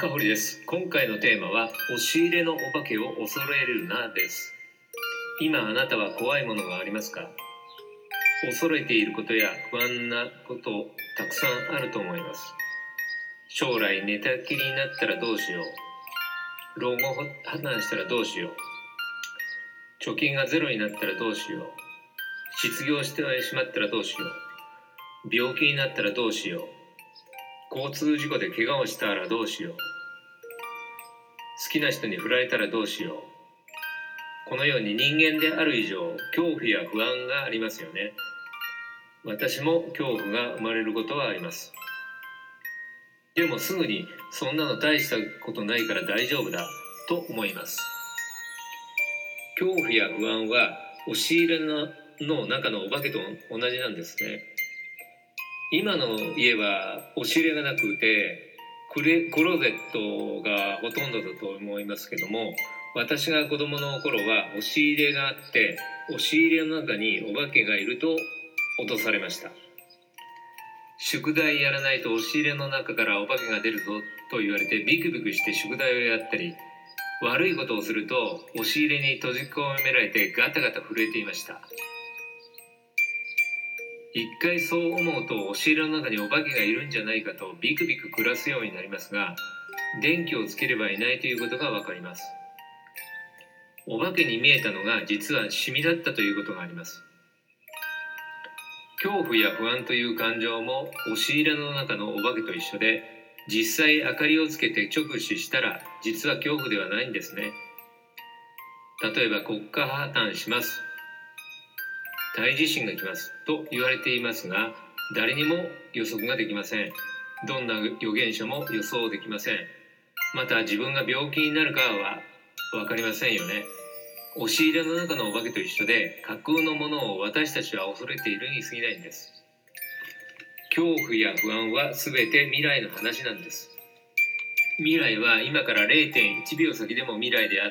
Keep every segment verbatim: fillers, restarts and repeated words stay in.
赤堀です。今回のテーマは押し入れのお化けを恐れるなです。今あなたは怖いものがありますか？恐れていることや不安なことたくさんあると思います。将来寝たきりになったらどうしよう、老後破綻したらどうしよう、貯金がゼロになったらどうしよう、失業してしまったらどうしよう、病気になったらどうしよう、交通事故で怪我をしたらどうしよう、好きな人に振られたらどうしよう。このように人間である以上、恐怖や不安がありますよね。私も恐怖が生まれることはあります。でもすぐにそんなの大したことないから大丈夫だと思います。恐怖や不安は押し入れのの中のお化けと同じなんですね。今の家は押し入れがなくてクレクローゼットがほとんどだと思いますけども、私が子供の頃は押し入れがあって、押し入れの中にお化けがいると脅されました。宿題やらないと押し入れの中からお化けが出るぞと言われてビクビクして宿題をやったり、悪いことをすると押し入れに閉じ込められてガタガタ震えていました。一回そう思うと押し入れの中にお化けがいるんじゃないかとビクビク暮らすようになりますが、電気をつければいないということがわかります。お化けに見えたのが実はシミだったということがあります。恐怖や不安という感情も押し入れの中のお化けと一緒で、実際明かりをつけて直視したら実は恐怖ではないんですね。例えば国家破綻します、大地震が来ますと言われていますが、誰にも予測ができません。どんな予言者も予想できません。また自分が病気になるかは分かりませんよね。押し入れの中のお化けと一緒で、架空のものを私たちは恐れているに過ぎないんです。恐怖や不安はすべて未来の話なんです。未来は今から れいてんいちびょう先でも未来であって、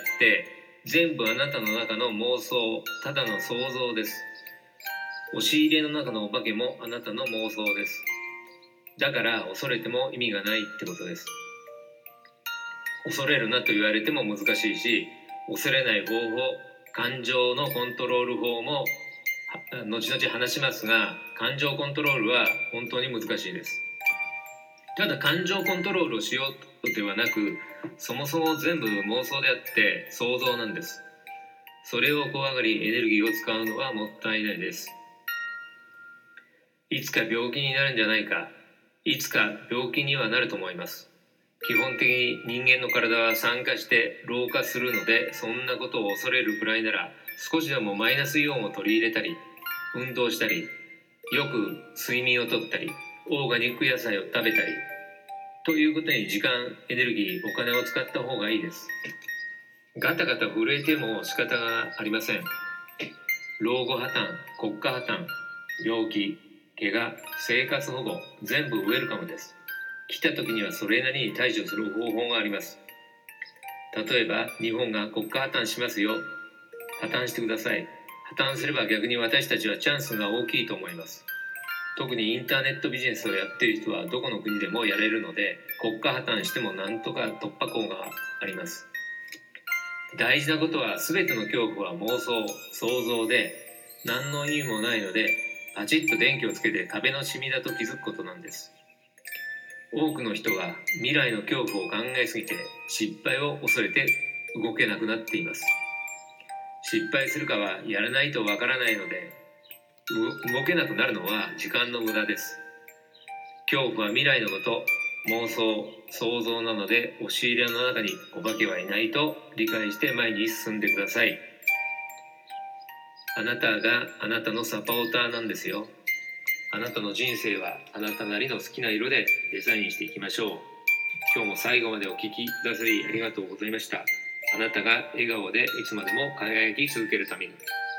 全部あなたの中の妄想、ただの想像です。押し入れの中のお化けもあなたの妄想です。だから恐れても意味がないってことです。恐れるなと言われても難しいし、恐れない方法、感情のコントロール法も後々話しますが、感情コントロールは本当に難しいです。ただ感情コントロールをしようとではなく、そもそも全部妄想であって想像なんです。それを怖がりエネルギーを使うのはもったいないです。いつか病気になるんじゃないか、いつか病気にはなると思います。基本的に人間の体は酸化して老化するので、そんなことを恐れるくらいなら少しでもマイナスイオンを取り入れたり、運動したり、よく睡眠をとったり、オーガニック野菜を食べたりということに時間、エネルギー、お金を使った方がいいです。ガタガタ震えても仕方がありません。老後破綻、国家破綻、病気、怪我、生活保護、全部ウェルカムです。来た時にはそれなりに対処する方法があります。例えば日本が国家破綻しますよ、破綻してください。破綻すれば逆に私たちはチャンスが大きいと思います。特にインターネットビジネスをやっている人はどこの国でもやれるので、国家破綻してもなんとか突破口があります。大事なことは全ての恐怖は妄想、想像で何の意味もないので、パチッと電気をつけて壁のシミだと気づくことなんです。多くの人は未来の恐怖を考えすぎて失敗を恐れて動けなくなっています。失敗するかはやらないとわからないので、動けなくなるのは時間の無駄です。恐怖は未来のこと、妄想、想像なので、押し入れの中にお化けはいないと理解して前に進んでください。あなたがあなたのサポーターなんですよ。あなたの人生はあなたなりの好きな色でデザインしていきましょう。今日も最後までお聞きくださりありがとうございました。あなたが笑顔でいつまでも輝き続けるために。